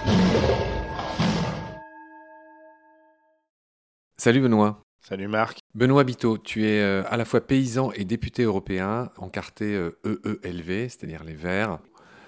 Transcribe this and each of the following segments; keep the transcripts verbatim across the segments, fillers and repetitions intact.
Salut Benoît. Salut Marc. Benoît Biteau, tu es euh, à la fois paysan et député européen, encarté euh, E E L V, c'est-à-dire les Verts.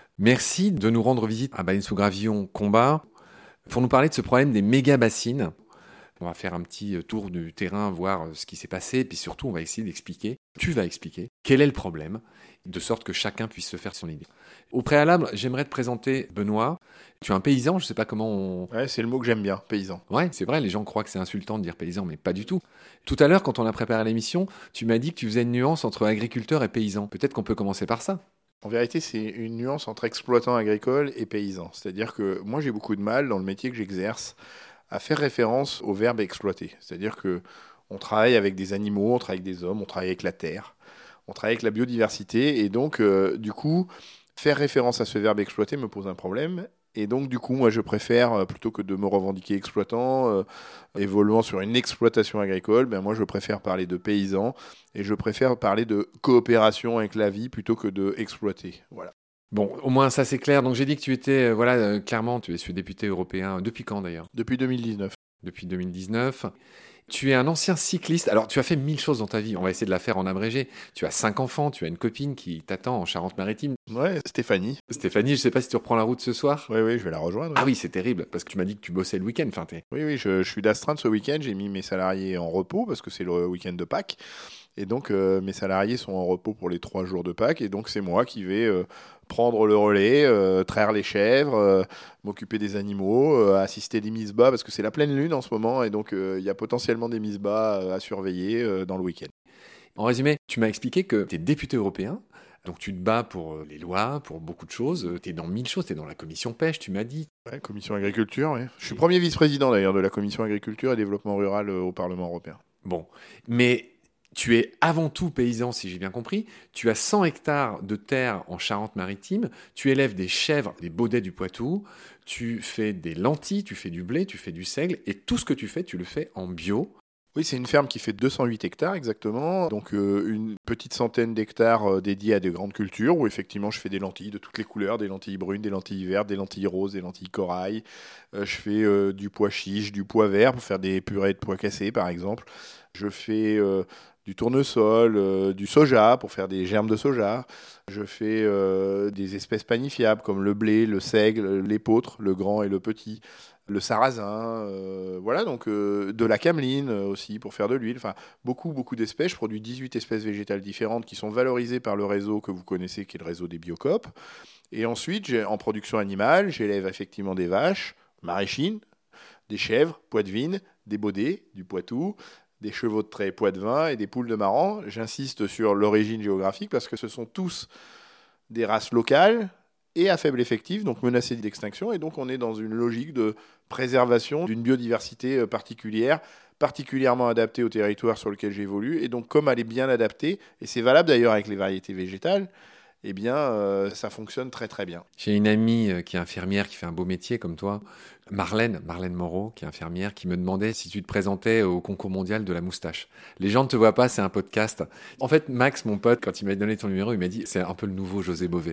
Merci de nous rendre visite à Baleine-sous-Gravillon Combat pour nous parler de ce problème des méga-bassines. On va faire un petit tour du terrain, voir ce qui s'est passé, et puis surtout, on va essayer d'expliquer, tu vas expliquer, quel est le problème, de sorte que chacun puisse se faire son idée. Au préalable, j'aimerais te présenter Benoît. Tu es un paysan, je ne sais pas comment on... Ouais, c'est le mot que j'aime bien, paysan. Ouais, c'est vrai, les gens croient que c'est insultant de dire paysan, mais pas du tout. Tout à l'heure, quand on a préparé l'émission, tu m'as dit que tu faisais une nuance entre agriculteur et paysan. Peut-être qu'on peut commencer par ça. En vérité, c'est une nuance entre exploitant agricole et paysan. C'est-à-dire que moi, j'ai beaucoup de mal dans le métier que j'exerce à faire référence au verbe exploiter. C'est-à-dire que on travaille avec des animaux, on travaille avec des hommes, on travaille avec la terre, on travaille avec la biodiversité, et donc, euh, du coup, faire référence à ce verbe exploiter me pose un problème. Et donc, du coup, moi, je préfère, euh, plutôt que de me revendiquer exploitant, euh, évoluant sur une exploitation agricole, ben moi, je préfère parler de paysan, et je préfère parler de coopération avec la vie plutôt que de exploiter. Voilà. Bon, au moins ça c'est clair. Donc j'ai dit que tu étais, euh, voilà, euh, clairement, tu es ce député européen. Depuis quand d'ailleurs ? Depuis deux mille dix-neuf. Depuis deux mille dix-neuf. Tu es un ancien cycliste. Alors tu as fait mille choses dans ta vie. On va essayer de la faire en abrégé. Tu as cinq enfants, tu as une copine qui t'attend en Charente-Maritime. Ouais, Stéphanie. Stéphanie, je sais pas si tu reprends la route ce soir. Oui, oui, je vais la rejoindre. Ah oui, c'est terrible, parce que tu m'as dit que tu bossais le week-end. Enfin, t'es... Oui, oui, je, je suis d'astreinte ce week-end. J'ai mis mes salariés en repos parce que c'est le week-end de Pâques. Et donc, euh, mes salariés sont en repos pour les trois jours de Pâques. Et donc, c'est moi qui vais euh, prendre le relais, euh, traire les chèvres, euh, m'occuper des animaux, euh, assister des mises bas, parce que c'est la pleine lune en ce moment. Et donc, il euh, y a potentiellement des mises bas euh, à surveiller euh, dans le week-end. En résumé, tu m'as expliqué que tu es député européen. Donc tu te bats pour euh, les lois, pour beaucoup de choses. Tu es dans mille choses. Tu es dans la commission pêche, tu m'as dit. Ouais, commission agriculture, oui. Je suis premier vice-président d'ailleurs de la commission agriculture et développement rural euh, au Parlement européen. Bon, mais... Tu es avant tout paysan, si j'ai bien compris. Tu as cent hectares de terre en Charente-Maritime. Tu élèves des chèvres, des baudets du Poitou. Tu fais des lentilles, tu fais du blé, tu fais du seigle. Et tout ce que tu fais, tu le fais en bio. Oui, c'est une ferme qui fait deux cent huit hectares exactement. Donc euh, une petite centaine d'hectares euh, dédiés à des grandes cultures où effectivement je fais des lentilles de toutes les couleurs, des lentilles brunes, des lentilles vertes, des lentilles roses, des lentilles corail. Euh, je fais euh, du pois chiche, du pois vert pour faire des purées de pois cassés par exemple. Je fais... Euh, du tournesol, euh, du soja pour faire des germes de soja. Je fais euh, des espèces panifiables comme le blé, le seigle, l'épeautre, le grand et le petit, le sarrasin. Euh, voilà, donc euh, de la cameline aussi pour faire de l'huile. Enfin, beaucoup, beaucoup d'espèces. Je produis dix-huit espèces végétales différentes qui sont valorisées par le réseau que vous connaissez, qui est le réseau des Biocop. Et ensuite, j'ai, en production animale, j'élève effectivement des vaches, maraîchines, des chèvres, poitevines, des baudets, du Poitou, des chevaux de trait poitevin et des poules de marans. J'insiste sur l'origine géographique parce que ce sont tous des races locales et à faible effectif, donc menacées d'extinction. Et donc on est dans une logique de préservation d'une biodiversité particulière, particulièrement adaptée au territoire sur lequel j'évolue. Et donc comme elle est bien adaptée, et c'est valable d'ailleurs avec les variétés végétales, eh bien, euh, ça fonctionne très très bien. J'ai une amie euh, qui est infirmière, qui fait un beau métier comme toi, Marlène, Marlène Moreau, qui est infirmière, qui me demandait si tu te présentais au concours mondial de la moustache. Les gens ne te voient pas, c'est un podcast. En fait, Max, mon pote, quand il m'a donné ton numéro, il m'a dit, c'est un peu le nouveau José Bové.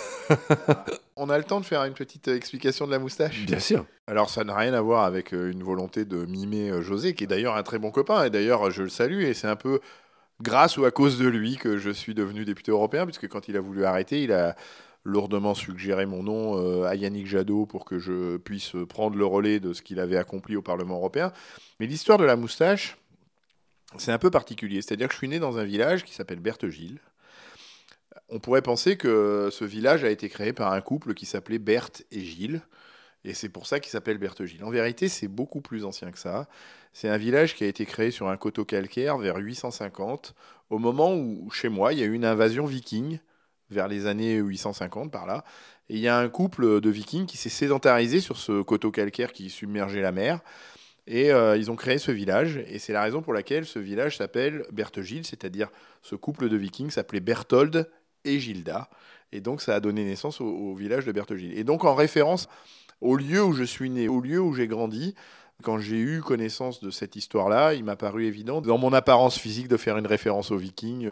On a le temps de faire une petite explication de la moustache ? Bien sûr. Alors, ça n'a rien à voir avec une volonté de mimer José, qui est d'ailleurs un très bon copain, et d'ailleurs, je le salue, et c'est un peu... grâce ou à cause de lui que je suis devenu député européen, puisque quand il a voulu arrêter, il a lourdement suggéré mon nom euh, à Yannick Jadot pour que je puisse prendre le relais de ce qu'il avait accompli au Parlement européen. Mais l'histoire de la moustache, c'est un peu particulier. C'est-à-dire que je suis né dans un village qui s'appelle Berthegille. On pourrait penser que ce village a été créé par un couple qui s'appelait Berthe et Gilles. Et c'est pour ça qu'il s'appelle Berthegille. En vérité, c'est beaucoup plus ancien que ça. C'est un village qui a été créé sur un coteau calcaire vers huit cent cinquante, au moment où, chez moi, il y a eu une invasion viking, vers les années huit cent cinquante, par là. Et il y a un couple de vikings qui s'est sédentarisé sur ce coteau calcaire qui submergeait la mer. Et euh, ils ont créé ce village. Et c'est la raison pour laquelle ce village s'appelle Berthegille, c'est-à-dire ce couple de vikings s'appelait Berthold et Gilda. Et donc, ça a donné naissance au, au village de Berthegille. Et donc, en référence au lieu où je suis né, au lieu où j'ai grandi, quand j'ai eu connaissance de cette histoire-là, il m'a paru évident, dans mon apparence physique, de faire une référence aux Vikings.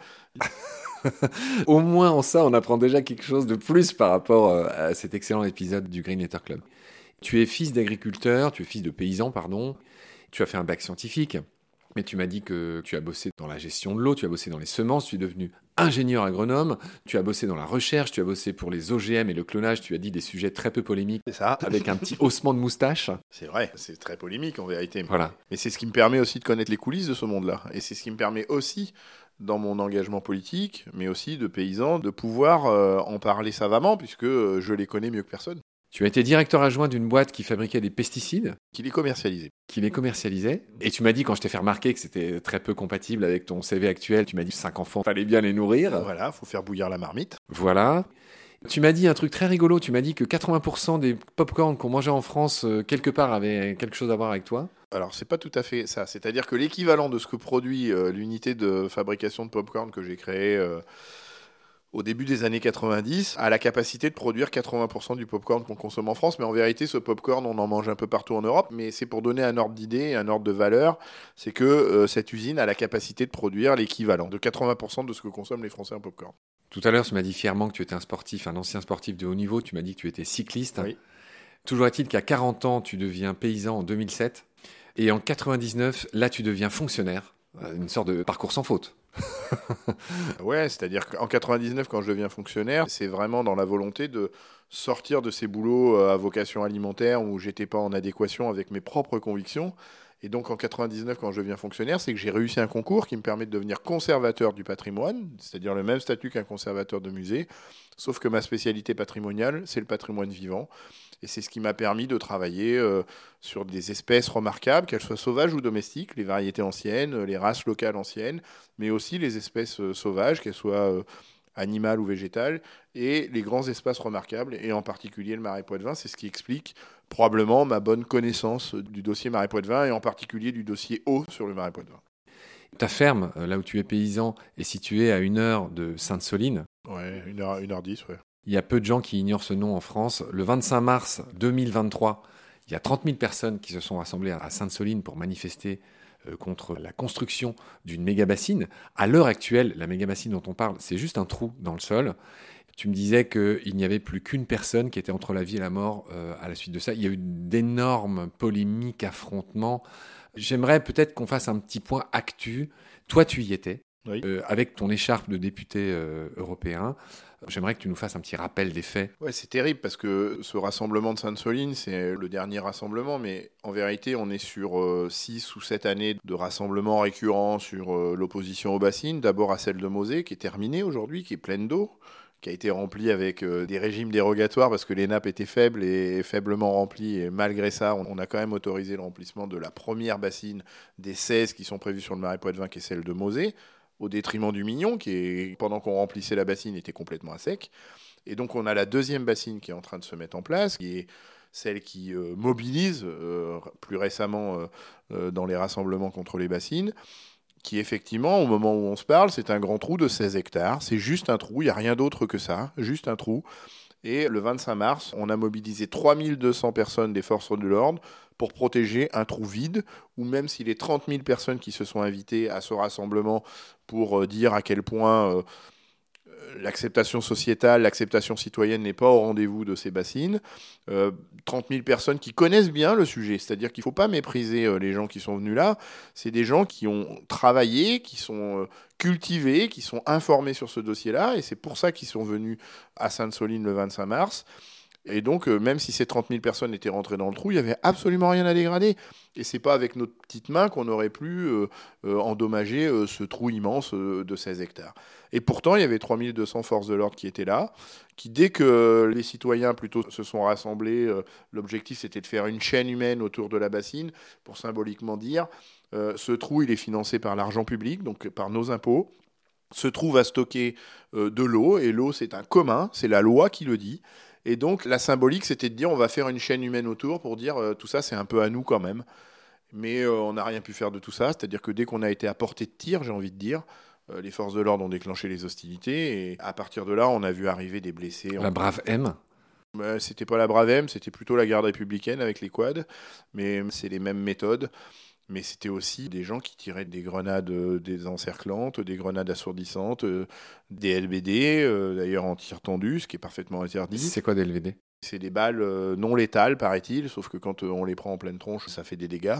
Au moins en ça, on apprend déjà quelque chose de plus par rapport à cet excellent épisode du Green Letter Club. Tu es fils d'agriculteur, tu es fils de paysan, pardon. Tu as fait un bac scientifique, mais tu m'as dit que tu as bossé dans la gestion de l'eau, tu as bossé dans les semences, tu es devenu ingénieur agronome, tu as bossé dans la recherche, tu as bossé pour les O G M et le clonage, tu as dit des sujets très peu polémiques, C'est ça. avec un petit haussement de moustache. C'est vrai, c'est très polémique en vérité. Voilà. Mais c'est ce qui me permet aussi de connaître les coulisses de ce monde-là. Et c'est ce qui me permet aussi, dans mon engagement politique, mais aussi de paysan, de pouvoir euh, en parler savamment, puisque euh, je les connais mieux que personne. Tu as été directeur adjoint d'une boîte qui fabriquait des pesticides, Qu'il est commercialisé. qui les commercialisait. Et tu m'as dit, quand je t'ai fait remarquer que c'était très peu compatible avec ton C V actuel, tu m'as dit cinq enfants, fallait bien les nourrir. Voilà, faut faire bouillir la marmite. Voilà. Tu m'as dit un truc très rigolo, tu m'as dit que quatre-vingts pour cent des pop-corn qu'on mangeait en France, euh, quelque part, avaient quelque chose à voir avec toi. Alors, c'est pas tout à fait ça. C'est-à-dire que l'équivalent de ce que produit euh, l'unité de fabrication de popcorn que j'ai créée euh, au début des années quatre-vingt-dix a la capacité de produire quatre-vingts pour cent du popcorn qu'on consomme en France. Mais en vérité, ce popcorn, on en mange un peu partout en Europe. Mais c'est pour donner un ordre d'idée, un ordre de valeur. C'est que euh, cette usine a la capacité de produire l'équivalent de quatre-vingts pour cent de ce que consomment les Français en popcorn. Tout à l'heure, tu m'as dit fièrement que tu étais un sportif, un ancien sportif de haut niveau. Tu m'as dit que tu étais cycliste. Oui. Toujours est-il qu'à quarante ans, tu deviens paysan en deux mille sept. Et en quatre-vingt-dix-neuf, là, tu deviens fonctionnaire. Euh, Une sorte de parcours sans faute. Ouais, c'est-à-dire qu'en quatre-vingt-dix-neuf, quand je deviens fonctionnaire, c'est vraiment dans la volonté de sortir de ces boulots euh, à vocation alimentaire où j'étais pas en adéquation avec mes propres convictions. Et donc en quatre-vingt-dix-neuf, quand je deviens fonctionnaire, c'est que j'ai réussi un concours qui me permet de devenir conservateur du patrimoine, c'est-à-dire le même statut qu'un conservateur de musée, sauf que ma spécialité patrimoniale, c'est le patrimoine vivant. Et c'est ce qui m'a permis de travailler euh, sur des espèces remarquables, qu'elles soient sauvages ou domestiques, les variétés anciennes, euh, les races locales anciennes, mais aussi les espèces euh, sauvages, qu'elles soient euh, animales ou végétales, et les grands espaces remarquables, et en particulier le Marais Poitevin. C'est ce qui explique probablement ma bonne connaissance du dossier Marais Poitevin, et en particulier du dossier eau sur le Marais Poitevin. Ta ferme, euh, là où tu es paysan, est située à une heure de Sainte-Soline. Ouais, une heure, une heure dix, ouais. Il y a peu de gens qui ignorent ce nom en France. Le vingt-cinq mars deux mille vingt-trois, il y a trente mille personnes qui se sont rassemblées à Sainte-Soline pour manifester euh, contre la construction d'une méga-bassine. À l'heure actuelle, la méga-bassine dont on parle, c'est juste un trou dans le sol. Tu me disais qu'il n'y avait plus qu'une personne qui était entre la vie et la mort euh, à la suite de ça. Il y a eu d'énormes polémiques, affrontements. J'aimerais peut-être qu'on fasse un petit point actu. Toi, tu y étais, Oui. euh, avec ton écharpe de député euh, européen. J'aimerais que tu nous fasses un petit rappel des faits. Ouais, c'est terrible parce que ce rassemblement de Sainte-Soline, c'est le dernier rassemblement, mais en vérité, on est sur euh, six ou sept années de rassemblements récurrents sur euh, l'opposition aux bassines. D'abord à celle de Mosée, qui est terminée aujourd'hui, qui est pleine d'eau, qui a été remplie avec euh, des régimes dérogatoires parce que les nappes étaient faibles et faiblement remplies. Et malgré ça, on, on a quand même autorisé le remplissement de la première bassine des seize qui sont prévues sur le Marais Poitevin, qui est celle de Mosée, au détriment du Mignon, qui, est, pendant qu'on remplissait la bassine, était complètement à sec. Et donc, on a la deuxième bassine qui est en train de se mettre en place, qui est celle qui euh, mobilise euh, plus récemment euh, euh, dans les rassemblements contre les bassines, qui effectivement, au moment où on se parle, c'est un grand trou de seize hectares. C'est juste un trou, il n'y a rien d'autre que ça, juste un trou. Et le vingt-cinq mars, on a mobilisé trois mille deux cents personnes des forces de l'ordre pour protéger un trou vide, ou même si les trente mille personnes qui se sont invitées à ce rassemblement pour euh, dire à quel point euh, l'acceptation sociétale, l'acceptation citoyenne n'est pas au rendez-vous de ces bassines, euh, trente mille personnes qui connaissent bien le sujet, c'est-à-dire qu'il ne faut pas mépriser euh, les gens qui sont venus là, c'est des gens qui ont travaillé, qui sont euh, cultivés, qui sont informés sur ce dossier-là, et c'est pour ça qu'ils sont venus à Sainte-Soline le vingt-cinq mars. Et donc, euh, même si ces trente mille personnes étaient rentrées dans le trou, il n'y avait absolument rien à dégrader. Et c'est pas avec notre petite main qu'on aurait pu euh, euh, endommager euh, ce trou immense euh, de seize hectares. Et pourtant, il y avait trois mille deux cents forces de l'ordre qui étaient là, qui, dès que les citoyens plutôt se sont rassemblés, euh, l'objectif c'était de faire une chaîne humaine autour de la bassine, pour symboliquement dire, euh, ce trou, il est financé par l'argent public, donc par nos impôts. Ce trou va stocker euh, de l'eau, et l'eau, c'est un commun, c'est la loi qui le dit. Et donc, la symbolique, c'était de dire on va faire une chaîne humaine autour pour dire euh, tout ça, c'est un peu à nous quand même. Mais euh, on n'a rien pu faire de tout ça. C'est-à-dire que dès qu'on a été à portée de tir, j'ai envie de dire, euh, les forces de l'ordre ont déclenché les hostilités. Et à partir de là, on a vu arriver des blessés. La brave M. Euh, c'était pas la brave M, c'était plutôt la garde républicaine avec les quads. Mais c'est les mêmes méthodes. Mais c'était aussi des gens qui tiraient des grenades euh, désencerclantes, des grenades assourdissantes, euh, des L B D, euh, d'ailleurs en tir tendu, ce qui est parfaitement interdit. C'est quoi des L V D ? C'est des balles euh, non létales, paraît-il, sauf que quand euh, on les prend en pleine tronche, ça fait des dégâts.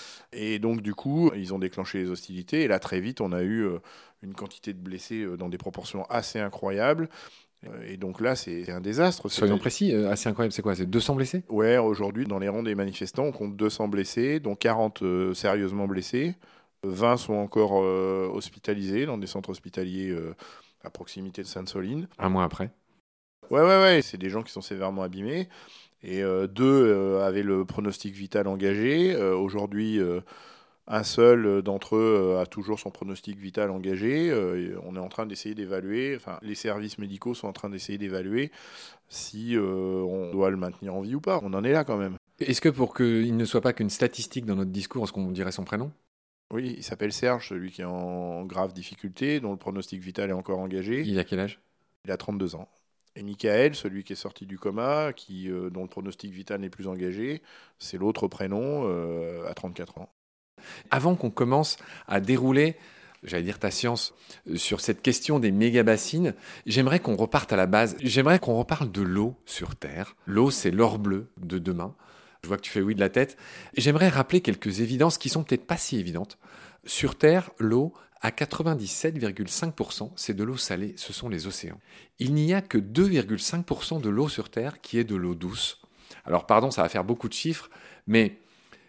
Et donc, du coup, ils ont déclenché les hostilités. Et là, très vite, on a eu euh, une quantité de blessés euh, dans des proportions assez incroyables. Et donc là, c'est un désastre. Soyons précis, euh, assez incroyable, c'est quoi ? C'est deux cents blessés ? Ouais, aujourd'hui, dans les rangs des manifestants, on compte deux cents blessés, dont quarante euh, sérieusement blessés. vingt sont encore euh, hospitalisés dans des centres hospitaliers euh, à proximité de Sainte-Soline. Un mois après ? Ouais, ouais, ouais, c'est des gens qui sont sévèrement abîmés. Et euh, deux euh, avaient le pronostic vital engagé. Euh, aujourd'hui, euh, un seul d'entre eux a toujours son pronostic vital engagé. Euh, on est en train d'essayer d'évaluer, enfin, les services médicaux sont en train d'essayer d'évaluer si euh, on doit le maintenir en vie ou pas. On en est là quand même. Est-ce que pour qu'il ne soit pas qu'une statistique dans notre discours, est-ce qu'on dirait son prénom ? Oui, il s'appelle Serge, celui qui est en grave difficulté, dont le pronostic vital est encore engagé. Il a quel âge ? Il a trente-deux ans. Et Michael, celui qui est sorti du coma, qui, euh, dont le pronostic vital n'est plus engagé, c'est l'autre prénom, euh, à trente-quatre ans. Avant qu'on commence à dérouler, j'allais dire ta science, sur cette question des méga-bassines, j'aimerais qu'on reparte à la base. J'aimerais qu'on reparle de l'eau sur Terre. L'eau, c'est l'or bleu de demain. Je vois que tu fais oui de la tête. J'aimerais rappeler quelques évidences qui sont peut-être pas si évidentes. Sur Terre, l'eau, à quatre-vingt-dix-sept virgule cinq pour cent, c'est de l'eau salée, ce sont les océans. Il n'y a que deux virgule cinq pour cent de l'eau sur Terre qui est de l'eau douce. Alors pardon, ça va faire beaucoup de chiffres, mais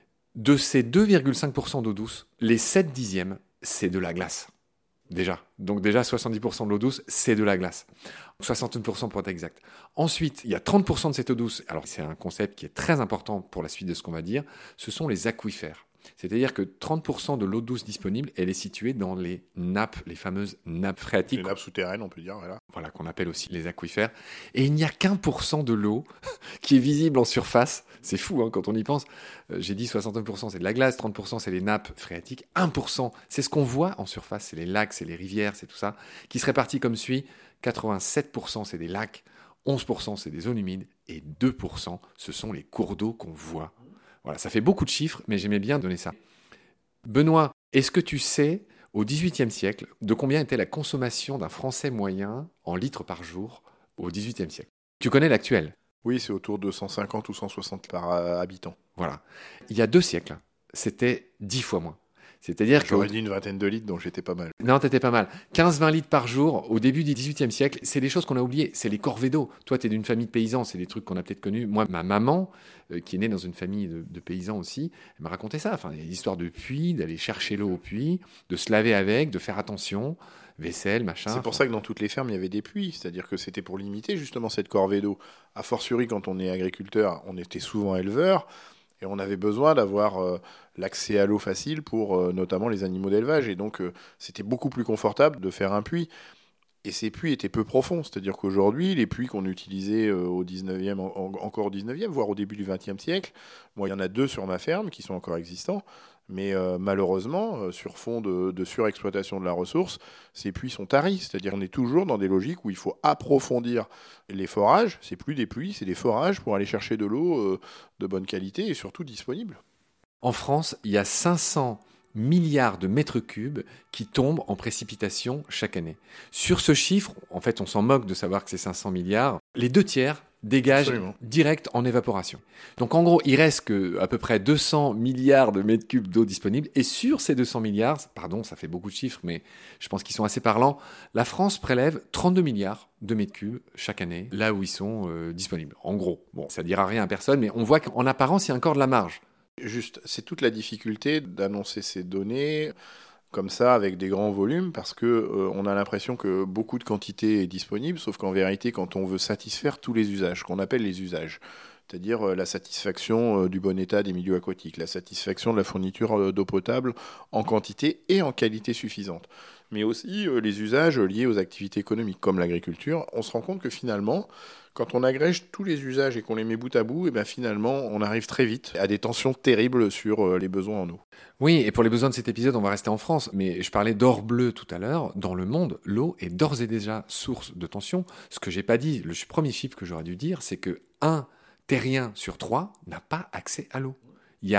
de ces deux virgule cinq pour cent d'eau douce, les sept dixièmes, c'est de la glace. Déjà. Donc déjà, soixante-dix pour cent de l'eau douce, c'est de la glace. soixante pour cent pour être exact. Ensuite, il y a trente pour cent de cette eau douce. Alors c'est un concept qui est très important pour la suite de ce qu'on va dire. Ce sont les aquifères. C'est-à-dire que trente pour cent de l'eau douce disponible, elle est située dans les nappes, les fameuses nappes phréatiques. Les nappes souterraines, on peut dire, voilà. Voilà, qu'on appelle aussi les aquifères. Et il n'y a qu'un pour cent de l'eau qui est visible en surface. C'est fou hein, quand on y pense. Euh, j'ai dit soixante pour cent c'est de la glace, trente pour cent c'est les nappes phréatiques, un pour cent c'est ce qu'on voit en surface, c'est les lacs, c'est les rivières, c'est tout ça, qui se répartit comme suit. quatre-vingt-sept pour cent c'est des lacs, onze pour cent c'est des zones humides et deux pour cent ce sont les cours d'eau qu'on voit. Voilà, ça fait beaucoup de chiffres, mais j'aimais bien donner ça. Benoît, est-ce que tu sais, au dix-huitième siècle, de combien était la consommation d'un Français moyen en litres par jour au dix-huitième siècle ? Tu connais l'actuel ? Oui, c'est autour de cent cinquante ou cent soixante par euh, habitant. Voilà. Il y a deux siècles, c'était dix fois moins. C'est-à-dire que... J'aurais dit une vingtaine de litres, donc j'étais pas mal. Non, t'étais pas mal. quinze à vingt litres par jour au début du dix-huitième siècle, c'est des choses qu'on a oubliées. C'est les corvées d'eau. Toi, t'es d'une famille de paysans, c'est des trucs qu'on a peut-être connus. Moi, ma maman, euh, qui est née dans une famille de, de paysans aussi, elle m'a raconté ça. Enfin, il y a l'histoire de puits, d'aller chercher l'eau au puits, de se laver avec, de faire attention, vaisselle, machin. C'est pour enfin... ça que dans toutes les fermes, il y avait des puits. C'est-à-dire que c'était pour limiter justement cette corvée d'eau. A fortiori, quand on est agriculteur, on était souvent éleveur. Et on avait besoin d'avoir euh, l'accès à l'eau facile pour euh, notamment les animaux d'élevage. Et donc, euh, c'était beaucoup plus confortable de faire un puits. Et ces puits étaient peu profonds. C'est-à-dire qu'aujourd'hui, les puits qu'on utilisait euh, au dix-neuvième, en, en, encore au dix-neuvième, voire au début du vingtième siècle, moi, il y en a deux sur ma ferme qui sont encore existants. Mais euh, malheureusement, euh, sur fond de, de surexploitation de la ressource, ces puits sont taris. C'est-à-dire qu'on est toujours dans des logiques où il faut approfondir les forages. C'est plus des puits, c'est des forages pour aller chercher de l'eau euh, de bonne qualité et surtout disponible. En France, il y a cinq cents milliards de mètres cubes qui tombent en précipitation chaque année. Sur ce chiffre, en fait, on s'en moque de savoir que c'est cinq cents milliards. Les deux tiers dégagent Absolument. direct en évaporation. Donc en gros, il reste que à peu près deux cents milliards de mètres cubes d'eau disponible. Et sur ces deux cents milliards, pardon, ça fait beaucoup de chiffres, mais je pense qu'ils sont assez parlants, la France prélève trente-deux milliards de mètres cubes chaque année, là où ils sont euh, disponibles. En gros, bon, ça dira rien à personne, mais on voit qu'en apparence, il y a encore de la marge. Juste, c'est toute la difficulté d'annoncer ces données comme ça avec des grands volumes parce que euh, on a l'impression que beaucoup de quantité est disponible, sauf qu'en vérité, quand on veut satisfaire tous les usages, qu'on appelle les usages, c'est-à-dire euh, la satisfaction euh, du bon état des milieux aquatiques, la satisfaction de la fourniture euh, d'eau potable en quantité et en qualité suffisante, mais aussi euh, les usages liés aux activités économiques comme l'agriculture, on se rend compte que finalement, quand on agrège tous les usages et qu'on les met bout à bout, et ben finalement, on arrive très vite à des tensions terribles sur euh, les besoins en eau. Oui, et pour les besoins de cet épisode, on va rester en France, mais je parlais d'or bleu tout à l'heure. Dans le monde, l'eau est d'ores et déjà source de tension. Ce que j'ai pas dit, le premier chiffre que j'aurais dû dire, c'est que un terrien sur trois n'a pas accès à l'eau. Il y a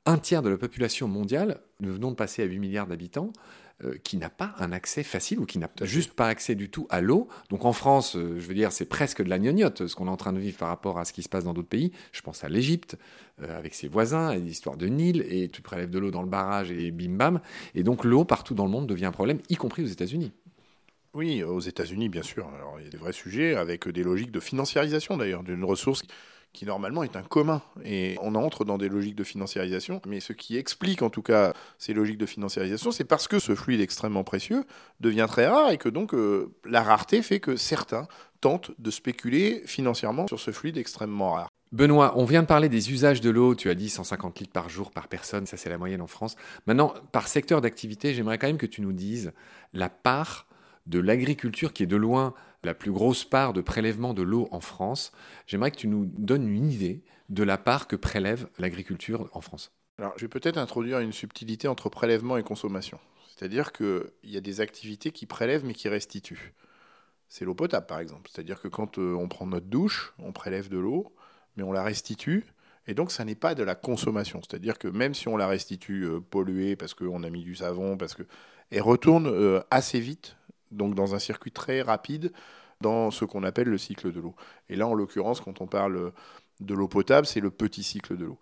un tiers de la population mondiale, nous venons de passer à huit milliards d'habitants, euh, qui n'a pas un accès facile ou qui n'a juste pas accès du tout à l'eau. Donc en France, euh, je veux dire, c'est presque de la gnognotte ce qu'on est en train de vivre par rapport à ce qui se passe dans d'autres pays. Je pense à l'Égypte, euh, avec ses voisins, et l'histoire de Nil, et tu prélèves de l'eau dans le barrage et bim bam. Et donc l'eau, partout dans le monde, devient un problème, y compris aux États-Unis. Oui, aux États-Unis, bien sûr. Alors, il y a des vrais sujets avec des logiques de financiarisation, d'ailleurs, d'une ressource qui, normalement, est un commun. Et on entre dans des logiques de financiarisation. Mais ce qui explique, en tout cas, ces logiques de financiarisation, c'est parce que ce fluide extrêmement précieux devient très rare et que, donc, euh, la rareté fait que certains tentent de spéculer financièrement sur ce fluide extrêmement rare. Benoît, on vient de parler des usages de l'eau. Tu as dit cent cinquante litres par jour par personne. Ça, c'est la moyenne en France. Maintenant, par secteur d'activité, j'aimerais quand même que tu nous dises la part de l'agriculture, qui est de loin la plus grosse part de prélèvement de l'eau en France. J'aimerais que tu nous donnes une idée de la part que prélève l'agriculture en France. Alors, je vais peut-être introduire une subtilité entre prélèvement et consommation. C'est-à-dire qu'il y a des activités qui prélèvent mais qui restituent. C'est l'eau potable, par exemple. C'est-à-dire que quand euh, on prend notre douche, on prélève de l'eau, mais on la restitue. Et donc, ça n'est pas de la consommation. C'est-à-dire que même si on la restitue euh, polluée parce qu'on a mis du savon, parce que elle retourne euh, assez vite, donc dans un circuit très rapide, dans ce qu'on appelle le cycle de l'eau. Et là, en l'occurrence, quand on parle de l'eau potable, c'est le petit cycle de l'eau.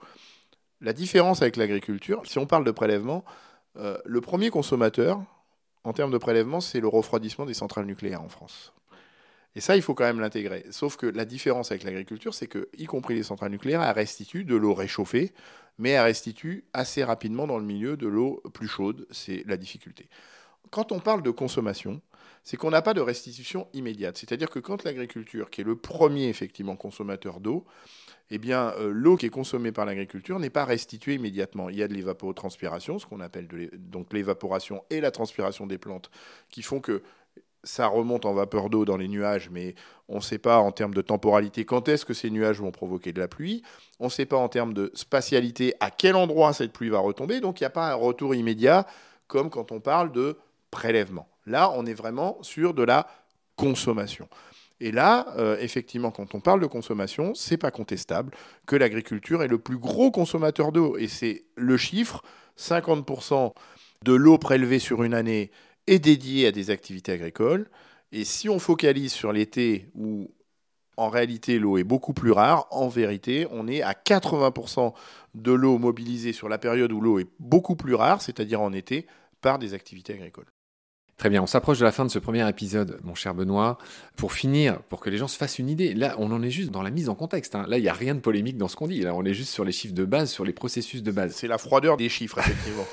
La différence avec l'agriculture, si on parle de prélèvement, euh, le premier consommateur, en termes de prélèvement, c'est le refroidissement des centrales nucléaires en France. Et ça, il faut quand même l'intégrer. Sauf que la différence avec l'agriculture, c'est que, y compris les centrales nucléaires, elles restituent de l'eau réchauffée, mais elles restituent assez rapidement dans le milieu de l'eau plus chaude. C'est la difficulté. Quand on parle de consommation, c'est qu'on n'a pas de restitution immédiate. C'est-à-dire que quand l'agriculture, qui est le premier effectivement consommateur d'eau, eh bien, euh, l'eau qui est consommée par l'agriculture n'est pas restituée immédiatement. Il y a de l'évapotranspiration, ce qu'on appelle de l'é... donc l'évaporation et la transpiration des plantes, qui font que ça remonte en vapeur d'eau dans les nuages, mais on ne sait pas en termes de temporalité quand est-ce que ces nuages vont provoquer de la pluie. On ne sait pas en termes de spatialité à quel endroit cette pluie va retomber. Donc, il n'y a pas un retour immédiat comme quand on parle de prélèvement. Là, on est vraiment sur de la consommation. Et là, euh, effectivement, quand on parle de consommation, c'est pas contestable que l'agriculture est le plus gros consommateur d'eau. Et c'est le chiffre, cinquante pour cent de l'eau prélevée sur une année est dédiée à des activités agricoles. Et si on focalise sur l'été où, en réalité, l'eau est beaucoup plus rare, en vérité, on est à quatre-vingts pour cent de l'eau mobilisée sur la période où l'eau est beaucoup plus rare, c'est-à-dire en été, par des activités agricoles. Très bien, on s'approche de la fin de ce premier épisode, mon cher Benoît. Pour finir, pour que les gens se fassent une idée, là, on en est juste dans la mise en contexte. Hein. Là, il n'y a rien de polémique dans ce qu'on dit. Là, on est juste sur les chiffres de base, sur les processus de base. C'est la froideur des chiffres, effectivement.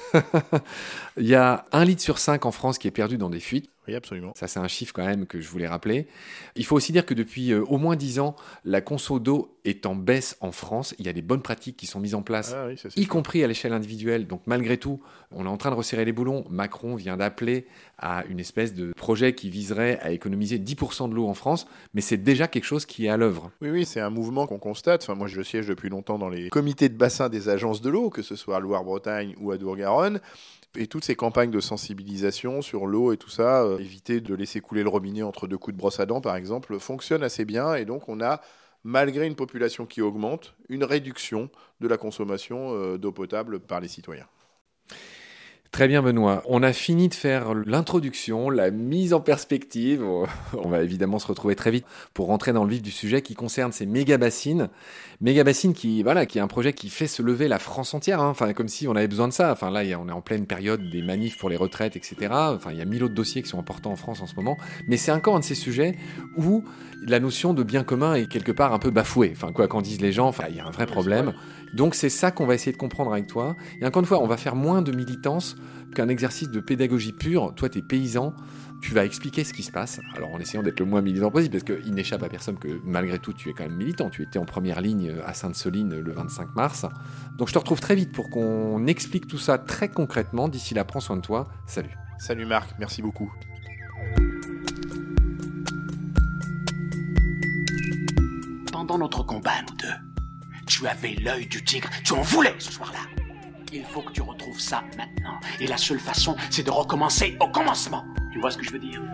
Il y a un litre sur cinq en France qui est perdu dans des fuites. Oui, absolument. Ça, c'est un chiffre quand même que je voulais rappeler. Il faut aussi dire que depuis euh, au moins dix ans, la conso d'eau est en baisse en France. Il y a des bonnes pratiques qui sont mises en place, ah oui, ça, y sûr. compris à l'échelle individuelle. Donc malgré tout, on est en train de resserrer les boulons. Macron vient d'appeler à une espèce de projet qui viserait à économiser dix pour cent de l'eau en France, mais c'est déjà quelque chose qui est à l'œuvre. Oui, oui, c'est un mouvement qu'on constate. Enfin, moi, je siège depuis longtemps dans les comités de bassin des agences de l'eau, que ce soit à Loire-Bretagne ou à Dour-Garonne. Et toutes ces campagnes de sensibilisation sur l'eau et tout ça, euh, éviter de laisser couler le robinet entre deux coups de brosse à dents, par exemple, fonctionnent assez bien. Et donc, on a, malgré une population qui augmente, une réduction de la consommation euh, d'eau potable par les citoyens. Très bien Benoît, on a fini de faire l'introduction, la mise en perspective. On va évidemment se retrouver très vite pour rentrer dans le vif du sujet qui concerne ces méga-bassines. Méga-bassines qui, voilà, qui est un projet qui fait se lever la France entière, hein. Enfin, comme si on avait besoin de ça. Enfin, là, on est en pleine période des manifs pour les retraites, et cetera. Enfin, il y a mille autres dossiers qui sont importants en France en ce moment. Mais c'est encore un de ces sujets où la notion de bien commun est quelque part un peu bafouée. Enfin, quoi qu'en disent les gens, enfin, il y a un vrai problème. Donc c'est ça qu'on va essayer de comprendre avec toi. Et encore une fois, on va faire moins de militance qu'un exercice de pédagogie pure. Toi, t'es paysan, tu vas expliquer ce qui se passe. Alors en essayant d'être le moins militant possible, parce qu'il n'échappe à personne que malgré tout, tu es quand même militant. Tu étais en première ligne à Sainte-Soline le vingt-cinq mars. Donc je te retrouve très vite pour qu'on explique tout ça très concrètement. D'ici là, prends soin de toi. Salut. Salut Marc, merci beaucoup. Pendant notre combat, nous deux, tu avais l'œil du tigre, tu en voulais ce soir-là. Il faut que tu retrouves ça maintenant. Et la seule façon, c'est de recommencer au commencement. Tu vois ce que je veux dire ?